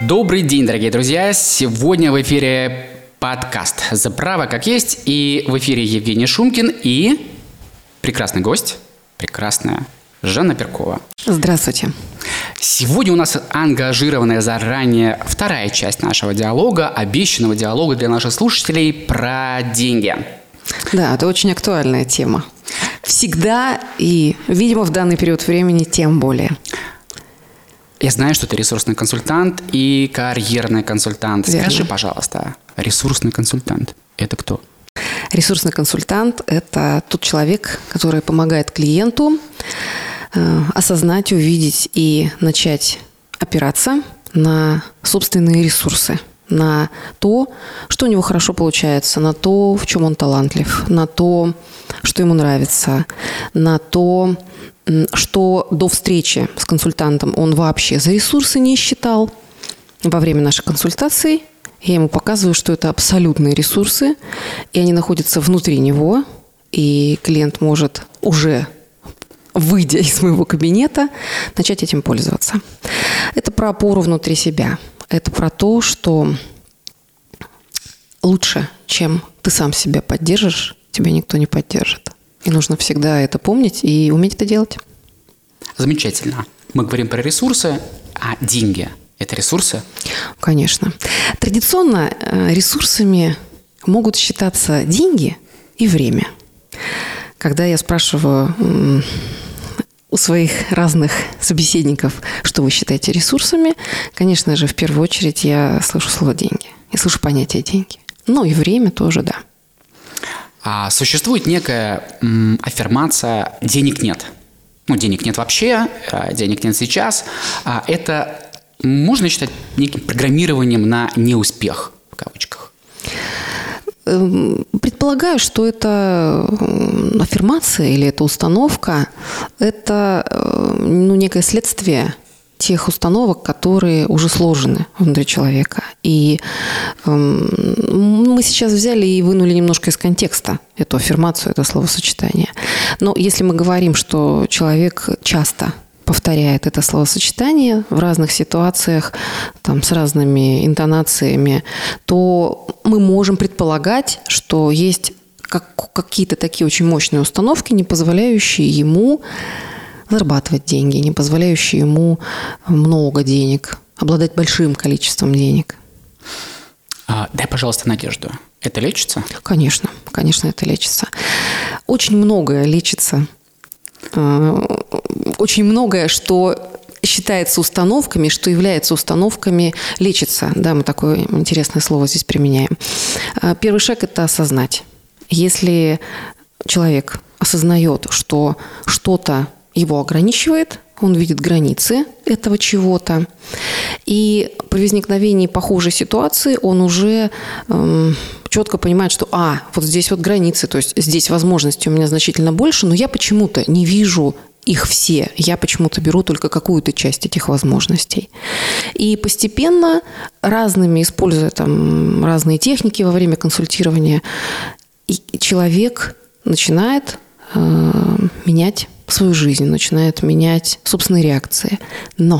Добрый день, дорогие друзья! Сегодня в эфире подкаст «За право как есть». И в эфире Евгений Шумкин и прекрасный гость, прекрасная Жанна Перкова. Здравствуйте. Сегодня у нас ангажированная заранее вторая часть нашего диалога, обещанного диалога для наших слушателей про деньги. Да, это очень актуальная тема. Всегда и, видимо, в данный период времени тем более. Я знаю, что ты ресурсный консультант и карьерный консультант. Верно. Скажи, пожалуйста, ресурсный консультант – это кто? Ресурсный консультант – это тот человек, который помогает клиенту осознать, увидеть и начать опираться на собственные ресурсы, на то, что у него хорошо получается, на то, в чем он талантлив, на то, что ему нравится, на то, что до встречи с консультантом он вообще за ресурсы не считал. Во время нашей консультации я ему показываю, что это абсолютные ресурсы, и они находятся внутри него, и клиент может уже, выйдя из моего кабинета, начать этим пользоваться. Это про опору внутри себя. Это про то, что лучше, чем ты сам себя поддержишь, тебя никто не поддержит. И нужно всегда это помнить и уметь это делать. Замечательно. Мы говорим про ресурсы, а деньги – это ресурсы? Конечно. Традиционно ресурсами могут считаться деньги и время. Когда я спрашиваю у своих разных собеседников, что вы считаете ресурсами, конечно же, в первую очередь я слышу слово «деньги». Я слышу понятие «деньги». Ну и время тоже, да. А существует некая аффирмация «денег нет». Ну, денег нет вообще, денег нет сейчас. Это можно считать неким программированием на неуспех, в кавычках? Предполагаю, что это аффирмация или это установка, это некое следствие тех установок, которые уже сложены внутри человека. И мы сейчас взяли и вынули немножко из контекста эту аффирмацию, это словосочетание. Но если мы говорим, что человек часто повторяет это словосочетание в разных ситуациях, там, с разными интонациями, то мы можем предполагать, что есть какие-то такие очень мощные установки, не позволяющие ему зарабатывать деньги, не позволяющие ему много денег, обладать большим количеством денег. Дай, пожалуйста, надежду. Это лечится? Конечно, конечно, это лечится. Очень многое лечится. Очень многое, что считается установками, что является установками, лечится. Да, мы такое интересное слово здесь применяем. Первый шаг – это осознать. Если человек осознает, что что-то его ограничивает, он видит границы этого чего-то, и при возникновении похожей ситуации он уже четко понимает, что вот здесь вот границы, то есть здесь возможностей у меня значительно больше, но я почему-то не вижу их все, я почему-то беру только какую-то часть этих возможностей. И постепенно используя там разные техники во время консультирования, человек начинает менять свою жизнь, начинает менять собственные реакции. Но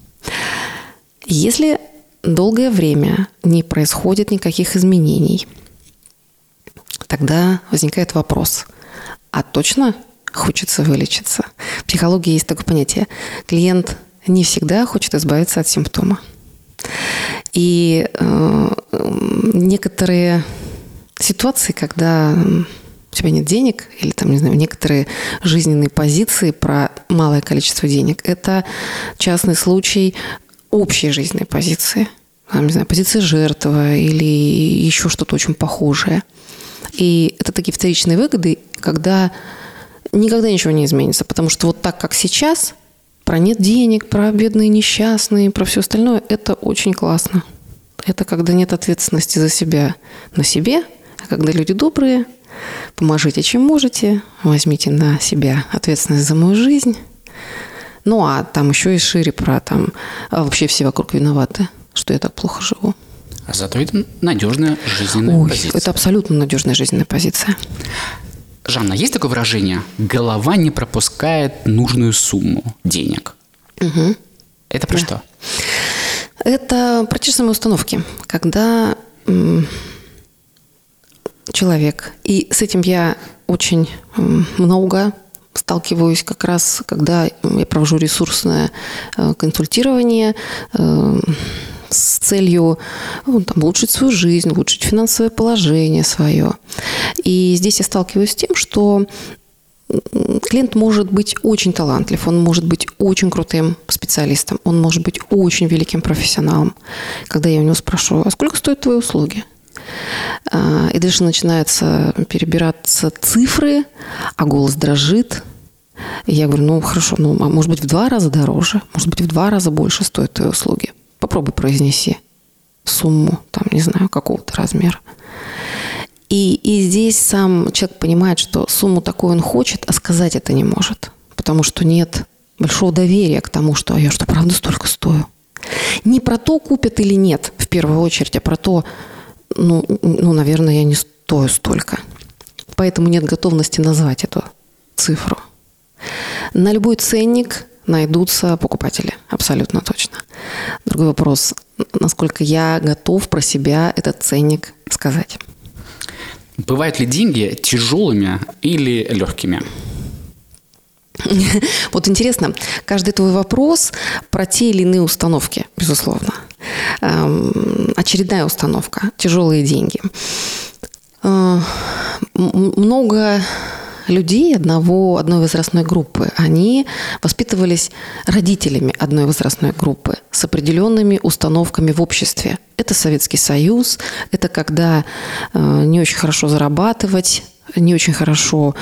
если долгое время не происходит никаких изменений, тогда возникает вопрос: а точно хочется вылечиться? В психологии есть такое понятие: клиент не всегда хочет избавиться от симптома. И некоторые ситуации, когда у тебя нет денег, или там, не знаю, некоторые жизненные позиции про малое количество денег, это частный случай общей жизненной позиции. Там, не знаю, позиция жертвы или еще что-то очень похожее. И это такие вторичные выгоды, когда никогда ничего не изменится. Потому что вот так, как сейчас, про нет денег, про бедные несчастные, про все остальное, это очень классно. Это когда нет ответственности за себя на себе, а когда люди добрые, поможите, чем можете, возьмите на себя ответственность за мою жизнь. Ну, а там еще и шире про вообще все вокруг виноваты, что я так плохо живу. А зато это надежная жизненная позиция. Это абсолютно надежная жизненная позиция. Жанна, есть такое выражение: голова не пропускает нужную сумму денег? Угу. Это про что? Это про те же самые установки, когда человек, и с этим я очень много сталкиваюсь как раз, когда я провожу ресурсное консультирование с целью улучшить свою жизнь, улучшить финансовое положение свое. И здесь я сталкиваюсь с тем, что клиент может быть очень талантлив, он может быть очень крутым специалистом, он может быть очень великим профессионалом. Когда я у него спрашиваю, а сколько стоят твои услуги? И дальше начинаются перебираться цифры, а голос дрожит. И я говорю, хорошо, а может быть в 2 раза дороже, может быть в 2 раза больше стоят твои услуги. Попробуй произнеси сумму, не знаю, какого-то размера. И здесь сам человек понимает, что сумму такую он хочет, а сказать это не может. Потому что нет большого доверия к тому, что я что, правда столько стою? Не про то, купят или нет, в первую очередь, а про то, наверное, я не стою столько. Поэтому нет готовности назвать эту цифру. На любой ценник найдутся покупатели, абсолютно точно. Другой вопрос, насколько я готов про себя этот ценник сказать. Бывают ли деньги тяжелыми или легкими? Вот интересно, каждый твой вопрос про те или иные установки, безусловно. Очередная установка – тяжелые деньги. Много людей одной возрастной группы, они воспитывались родителями одной возрастной группы с определенными установками в обществе. Это Советский Союз, это когда не очень хорошо зарабатывать, не очень хорошо,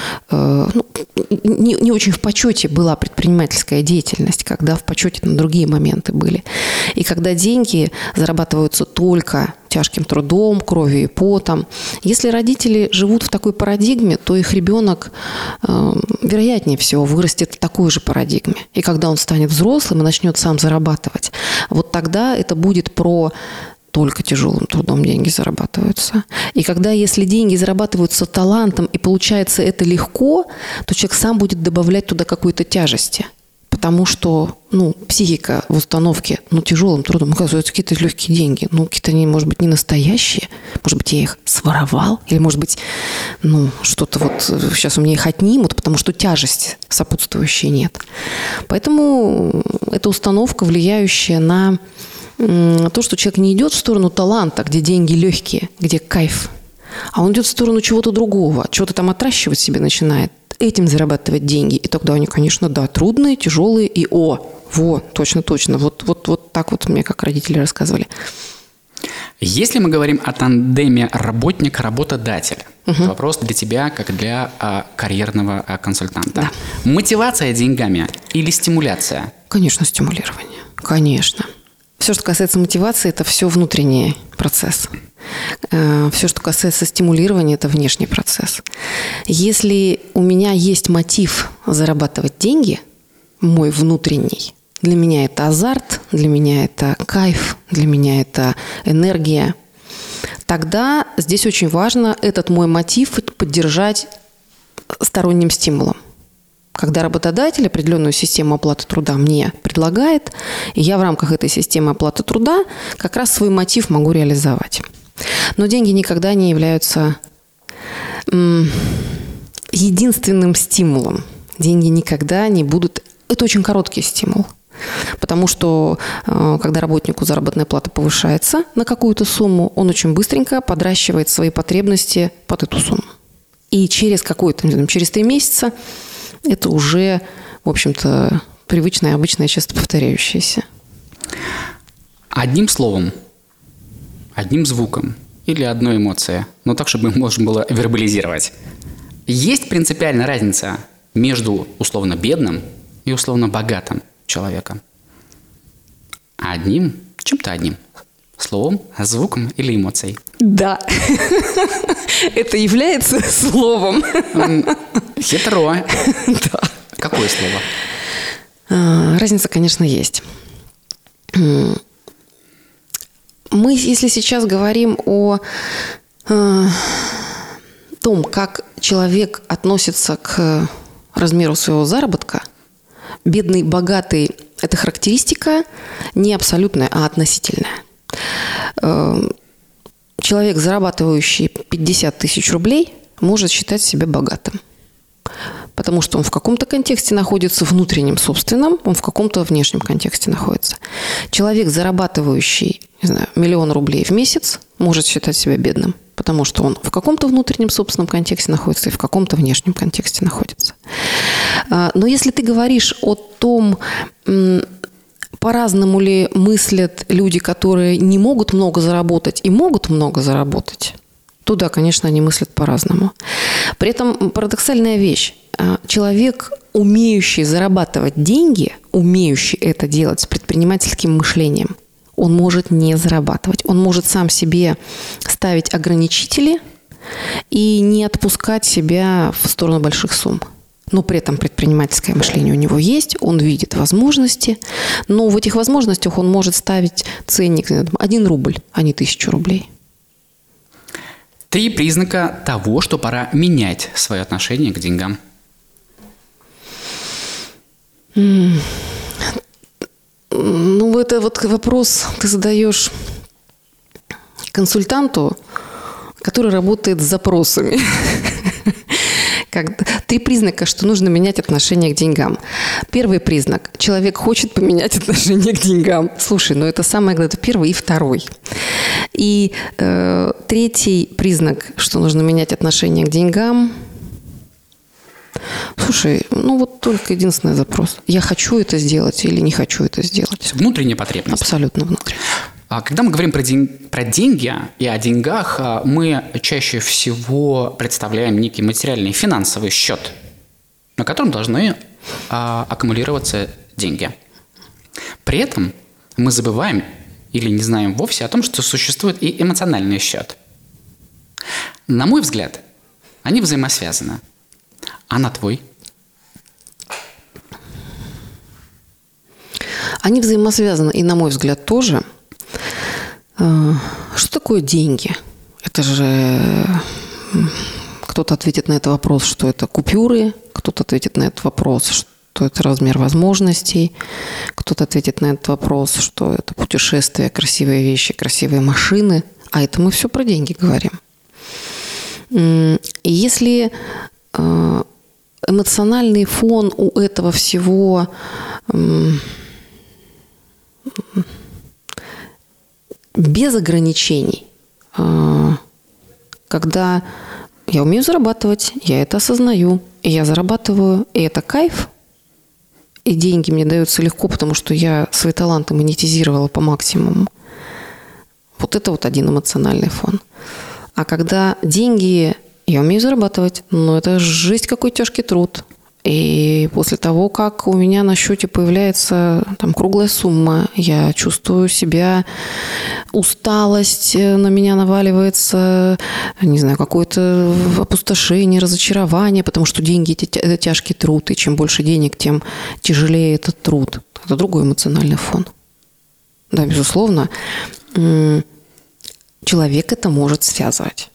не очень в почете была предпринимательская деятельность, когда в почете другие моменты были. И когда деньги зарабатываются только тяжким трудом, кровью и потом. Если родители живут в такой парадигме, то их ребенок, вероятнее всего, вырастет в такой же парадигме. И когда он станет взрослым и начнет сам зарабатывать, вот тогда это будет про только тяжелым трудом деньги зарабатываются. И когда, если деньги зарабатываются талантом и получается это легко, то человек сам будет добавлять туда какой-то тяжести. Потому что, психика в установке, тяжелым трудом, оказывается, какие-то легкие деньги. Какие-то они, может быть, не настоящие. Может быть, я их своровал. Или, может быть, что-то сейчас у меня их отнимут, потому что тяжести сопутствующей нет. Поэтому эта установка, влияющая на то, что человек не идет в сторону таланта, где деньги легкие, где кайф, а он идет в сторону чего-то другого, чего-то там отращивать себе начинает, этим зарабатывать деньги. И тогда они, конечно, трудные, тяжелые, и точно, вот так вот мне как родители рассказывали. Если мы говорим о тандеме работник-работодатель, вопрос для тебя, как для карьерного консультанта. Да. Мотивация деньгами или стимуляция? Конечно, стимулирование. Конечно. Все, что касается мотивации, это все внутренний процесс. Все, что касается стимулирования, это внешний процесс. Если у меня есть мотив зарабатывать деньги, мой внутренний, для меня это азарт, для меня это кайф, для меня это энергия, тогда здесь очень важно этот мой мотив поддержать сторонним стимулом. Когда работодатель определенную систему оплаты труда мне предлагает, и я в рамках этой системы оплаты труда как раз свой мотив могу реализовать. Но деньги никогда не являются единственным стимулом. Деньги никогда не будут... Это очень короткий стимул. Потому что, когда работнику заработная плата повышается на какую-то сумму, он очень быстренько подращивает свои потребности под эту сумму. И через через 3 месяца это уже, в общем-то, привычное, обычное, часто повторяющееся. Одним словом, одним звуком или одной эмоцией, но так, чтобы можно было вербализировать. Есть принципиальная разница между условно бедным и условно богатым человеком. Чем-то одним. Словом, звуком или эмоцией. Да. Это является словом. Хитро. Да. Какое слово? Разница, конечно, есть. Мы, если сейчас говорим о том, как человек относится к размеру своего заработка, бедный, богатый – это эта характеристика не абсолютная, а относительная. Человек, зарабатывающий 50 тысяч рублей, может считать себя богатым. Потому что он в каком-то контексте находится внутреннем, собственном, он в каком-то внешнем контексте находится. Человек, зарабатывающий, не знаю, 1 000 000 рублей в месяц, может считать себя бедным, потому что он в каком-то внутреннем, собственном контексте находится и в каком-то внешнем контексте находится. Но если ты говоришь о том, по-разному ли мыслят люди, которые не могут много заработать и могут много заработать, то да, конечно, они мыслят по-разному. При этом парадоксальная вещь. Человек, умеющий зарабатывать деньги, умеющий это делать с предпринимательским мышлением, он может не зарабатывать. Он может сам себе ставить ограничители и не отпускать себя в сторону больших сумм. Но при этом предпринимательское мышление у него есть, он видит возможности, но в этих возможностях он может ставить ценник 1 рубль, а не 1000 рублей. 3 признака того, что пора менять свое отношение к деньгам. Ну, это вот вопрос ты задаешь консультанту, который работает с запросами. 3 признака, что нужно менять отношение к деньгам. Первый признак. Человек хочет поменять отношение к деньгам. Слушай, ну это самое главное. Это первый и второй. И 3 признак, что нужно менять отношение к деньгам. Слушай, ну вот только единственный запрос. Я хочу это сделать или не хочу это сделать? Внутренняя потребность. Абсолютно внутренняя. Когда мы говорим про деньги и о деньгах, мы чаще всего представляем некий материальный финансовый счет, на котором должны аккумулироваться деньги. При этом мы забываем или не знаем вовсе о том, что существует и эмоциональный счет. На мой взгляд, они взаимосвязаны. А на твой? Они взаимосвязаны, и, на мой взгляд, тоже. Что такое деньги? Это же кто-то ответит на этот вопрос, что это купюры, кто-то ответит на этот вопрос, что это размер возможностей, кто-то ответит на этот вопрос, что это путешествия, красивые вещи, красивые машины. А это мы все про деньги говорим. И если эмоциональный фон у этого всего без ограничений, когда я умею зарабатывать, я это осознаю, и я зарабатываю, и это кайф, и деньги мне даются легко, потому что я свои таланты монетизировала по максимуму. Вот это вот один эмоциональный фон. А когда деньги, я умею зарабатывать, но это жесть какой тяжкий труд. И после того, как у меня на счете появляется там круглая сумма, я чувствую себя, усталость на меня наваливается, не знаю, какое-то опустошение, разочарование, потому что деньги – это тяжкий труд, и чем больше денег, тем тяжелее этот труд. Это другой эмоциональный фон. Да, безусловно, человек это может связывать.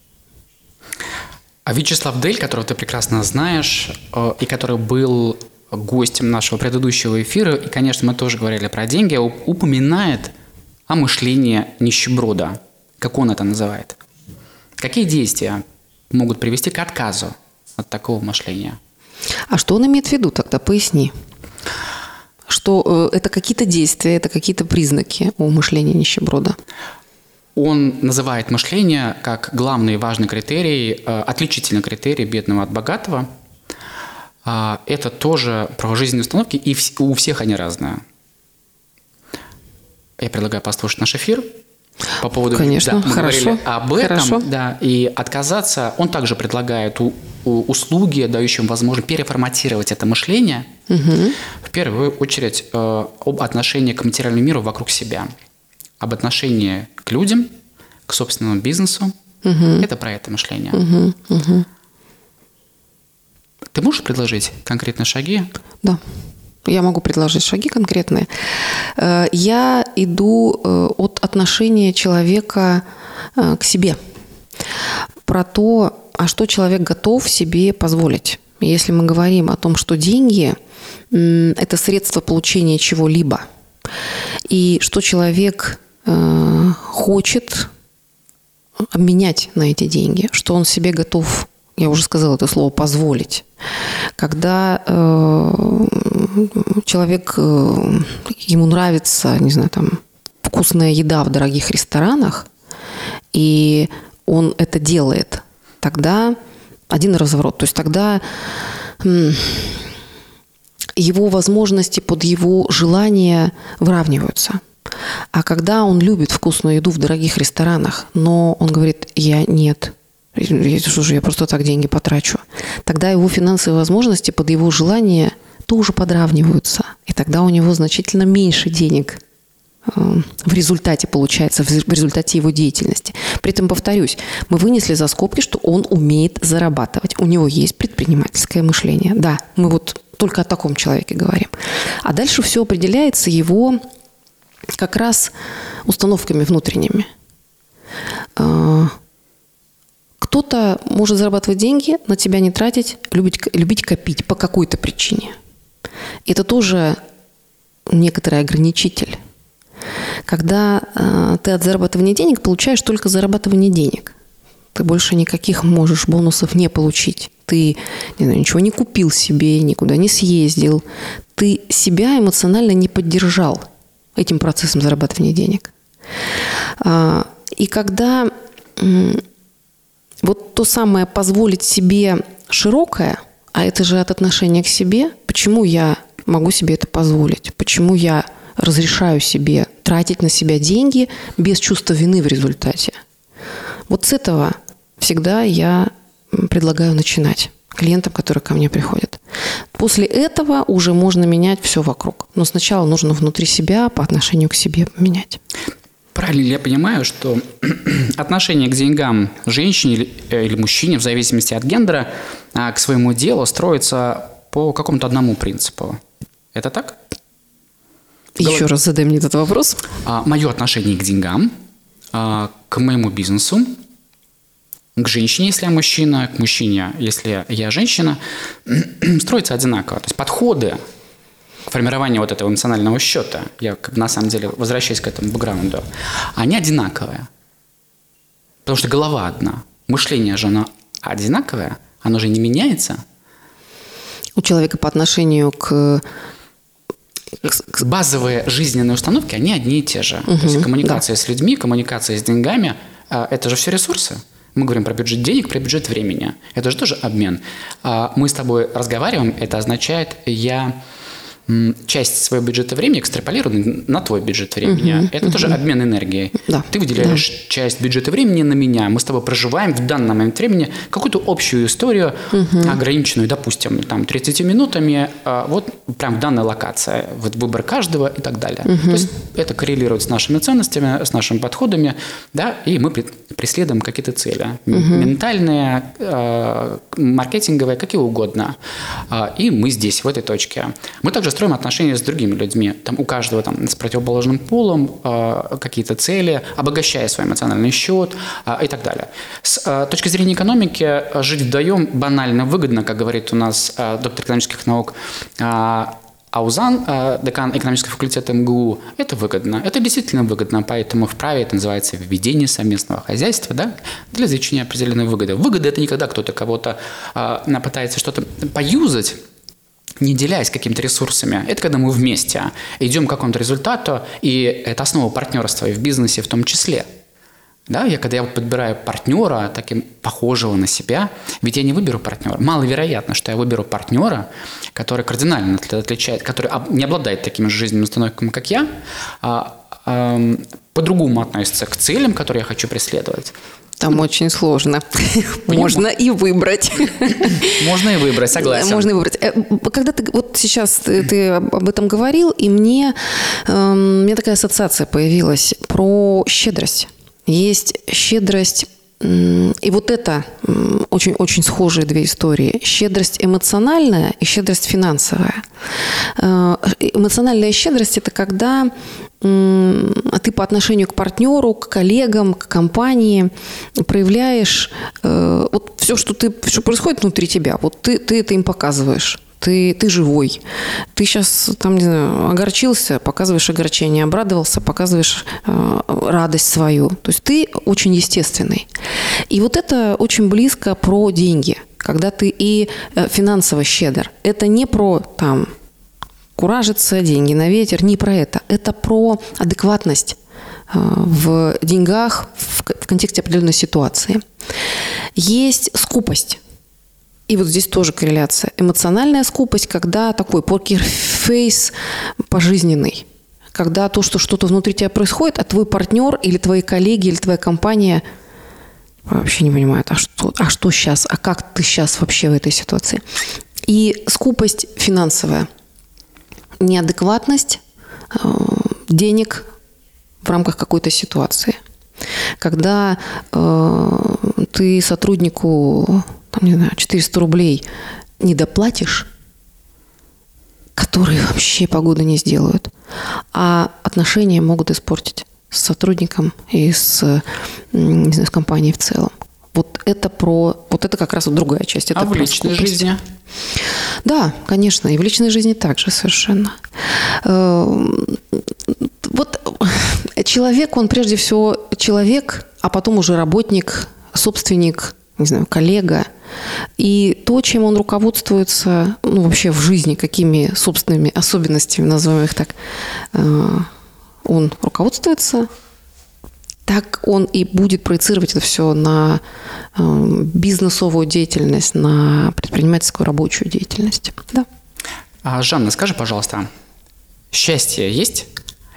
А Вячеслав Дель, которого ты прекрасно знаешь, и который был гостем нашего предыдущего эфира, и, конечно, мы тоже говорили про деньги, упоминает о мышлении нищеброда, как он это называет. Какие действия могут привести к отказу от такого мышления? А что он имеет в виду тогда? Поясни. Что это какие-то действия, это какие-то признаки у мышления нищеброда? Он называет мышление как главный важный критерий, отличительный критерий бедного от богатого. Это тоже про жизненные установки, и у всех они разные. Я предлагаю послушать наш эфир по поводу... Конечно, да, мы хорошо. говорили об этом, хорошо. да, и отказаться. Он также предлагает услуги, дающие возможность переформатировать это мышление, в первую очередь об отношении к материальному миру вокруг себя. Об отношении к людям, к собственному бизнесу. Это про это мышление. Ты можешь предложить конкретные шаги? Да, я могу предложить шаги конкретные. Я иду от отношения человека к себе. Про то, а что человек готов себе позволить. если мы говорим о том, что деньги – это средство получения чего-либо, и что человек хочет обменять на эти деньги, что он себе готов, я уже сказала это слово, позволить. Когда человек, ему нравится, не знаю, там, вкусная еда в дорогих ресторанах, и он это делает, тогда один разворот. То есть тогда его возможности под его желания выравниваются. А когда он любит вкусную еду в дорогих ресторанах, но он говорит, я просто так деньги потрачу, тогда его финансовые возможности под его желания тоже подравниваются. И тогда у него значительно меньше денег в результате получается, в результате его деятельности. При этом, повторюсь, мы вынесли за скобки, что он умеет зарабатывать. У него есть предпринимательское мышление. Да, мы вот только о таком человеке говорим. А дальше все определяется его как раз установками внутренними. Кто-то может зарабатывать деньги, на тебя не тратить, любить копить по какой-то причине. Это тоже некоторый ограничитель. Когда ты от зарабатывания денег получаешь только зарабатывание денег. Ты больше никаких можешь бонусов не получить. Ты ничего не купил себе, никуда не съездил. Ты себя эмоционально не поддержал этим процессом зарабатывания денег. И когда вот то самое позволить себе широкое, а это же от отношения к себе, почему я могу себе это позволить? Почему я разрешаю себе тратить на себя деньги без чувства вины в результате? Вот с этого всегда я предлагаю начинать клиентам, которые ко мне приходят. После этого уже можно менять все вокруг. Но сначала нужно внутри себя по отношению к себе менять. Правильно ли я понимаю, что отношение к деньгам женщине или мужчине, в зависимости от гендера, к своему делу строится по какому-то одному принципу? Это так? Еще раз задай мне этот вопрос. Мое отношение к деньгам, к моему бизнесу, к женщине, если я мужчина, к мужчине, если я женщина, строится одинаково. То есть подходы к формированию вот этого эмоционального счета, я на самом деле возвращаюсь к этому бэкграунду, они одинаковые. Потому что голова одна. Мышление же оно одинаковое, оно же не меняется. У человека по отношению к базовые жизненные установки, они одни и те же. То есть коммуникация с людьми, коммуникация с деньгами – это же все ресурсы. Мы говорим про бюджет денег, про бюджет времени. Это же тоже обмен. Мы с тобой разговариваем, это означает, я часть своего бюджета времени экстраполирую на твой бюджет времени. Это тоже обмен энергией. Да. Ты выделяешь часть бюджета времени на меня, мы с тобой проживаем в данный момент времени какую-то общую историю, ограниченную, допустим, там, 30 минутами, вот прям в данной локации, вот выбор каждого и так далее. То есть это коррелирует с нашими ценностями, с нашими подходами, да, и мы преследуем какие-то цели. Ментальные, маркетинговые, какие угодно. И мы здесь, в этой точке. Мы также строим отношения с другими людьми. Там у каждого там, с противоположным полом какие-то цели, обогащая свой эмоциональный счет и так далее. С точки зрения экономики, жить вдвоем банально выгодно, как говорит у нас доктор экономических наук Аузан, декан экономического факультета МГУ, это выгодно. Это действительно выгодно, поэтому вправе это называется введение совместного хозяйства, да, для извлечения определенной выгоды. Выгода – это не когда кто-то кого-то пытается что-то поюзать, не делясь какими-то ресурсами. Это когда мы вместе идем к какому-то результату, и это основа партнерства и в бизнесе в том числе. Да, когда я подбираю партнера, таким похожего на себя, ведь я не выберу партнера. Маловероятно, что я выберу партнера, который кардинально отличает, который не обладает такими же жизненными установками, как я, по-другому относится к целям, которые я хочу преследовать. Там очень сложно. Можно и выбрать. Можно и выбрать, согласен. Можно и выбрать. Когда ты вот сейчас ты об этом говорил, и у меня такая ассоциация появилась про щедрость. Есть щедрость, и вот это очень-очень схожие две истории. Щедрость эмоциональная и щедрость финансовая. Эмоциональная щедрость – это когда ты по отношению к партнеру, к коллегам, к компании проявляешь вот все, что происходит внутри тебя, вот ты это им показываешь. Ты живой. Ты сейчас, там, не знаю, огорчился, показываешь огорчение, обрадовался, показываешь радость свою. То есть ты очень естественный. И вот это очень близко про деньги, когда ты и финансово щедр. Это не про там куражиться, деньги на ветер, не про это. Это про адекватность в деньгах в контексте определенной ситуации. Есть скупость. И вот здесь тоже корреляция. Эмоциональная скупость, когда такой покерфейс пожизненный. Когда то, что что-то внутри тебя происходит, а твой партнер или твои коллеги, или твоя компания вообще не понимают, а что сейчас, а как ты сейчас вообще в этой ситуации. И скупость финансовая. Неадекватность денег в рамках какой-то ситуации. Когда ты сотруднику, там, не знаю, 400 рублей не доплатишь, которые вообще погоды не сделают, а отношения могут испортить с сотрудником и с, не знаю, с компанией в целом. Вот это как раз вот другая часть. Это в личной жизни? Да, конечно, и в личной жизни также совершенно. Вот человек, он прежде всего человек, а потом уже работник, собственник, не знаю, коллега. И то, чем он руководствуется, ну, вообще в жизни, какими собственными особенностями, назовем их так, он руководствуется, так он и будет проецировать это все на бизнесовую деятельность, на предпринимательскую рабочую деятельность. Да. Жанна, скажи, пожалуйста, счастье есть?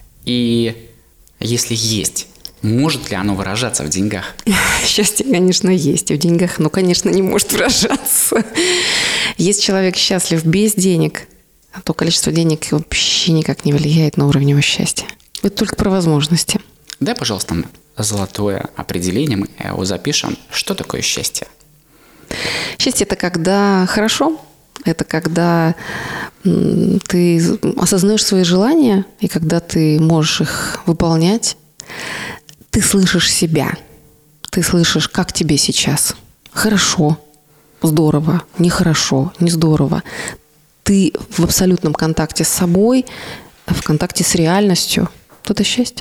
И если есть, может ли оно выражаться в деньгах? Счастье, конечно, есть. И в деньгах, но, конечно, не может выражаться. Если человек счастлив без денег, то количество денег вообще никак не влияет на уровень его счастья. Это только про возможности. Дай, пожалуйста, золотое определение, мы его запишем. Что такое счастье? Счастье – это когда хорошо, это когда ты осознаешь свои желания, и когда ты можешь их выполнять, ты слышишь себя, ты слышишь, как тебе сейчас. Хорошо, здорово, нехорошо, не здорово. Ты в абсолютном контакте с собой, в контакте с реальностью. Вот это счастье.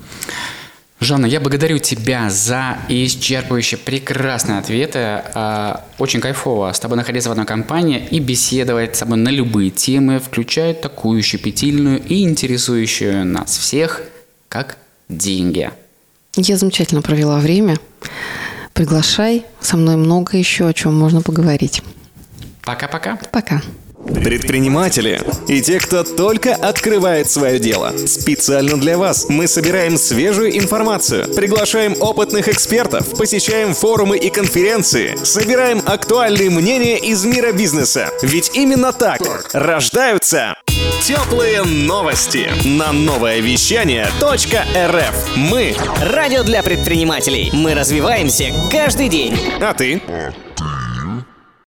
Жанна, я благодарю тебя за исчерпывающие прекрасные ответы. Очень кайфово с тобой находиться в одной компании и беседовать с тобой на любые темы, включая такую щепетильную и интересующую нас всех, как деньги. Я замечательно провела время. Приглашай. Со мной много еще о чем можно поговорить. Пока-пока. Пока. Предприниматели и те, кто только открывает свое дело. Специально для вас мы собираем свежую информацию, приглашаем опытных экспертов, посещаем форумы и конференции, собираем актуальные мнения из мира бизнеса. Ведь именно так рождаются теплые новости на новоевещание.рф. Мы радио для предпринимателей. Мы развиваемся каждый день. А ты?